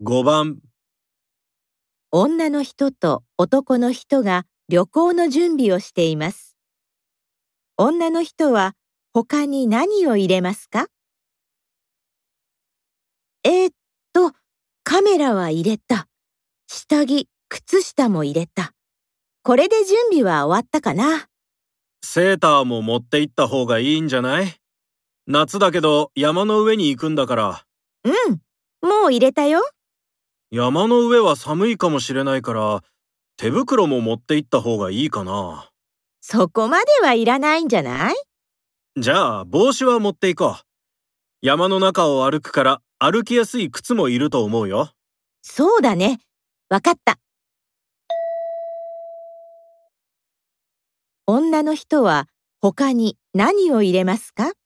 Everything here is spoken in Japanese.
5番、 女の人と男の人が旅行の準備をしています。女の人は他に何を入れますか？カメラは入れた。下着、靴下も入れた。これで準備は終わったかな。 セーターも持って行った方がいいんじゃない？夏だけど山の上に行くんだから。 もう入れたよ。 山の上は寒いかもしれないから、手袋も持って行った方がいいかな。 そこまではいらないんじゃない？ じゃあ帽子は持って行こう。山の中を歩くから歩きやすい靴もいると思うよ。 そうだね。わかった。女の人は他に何を入れますか？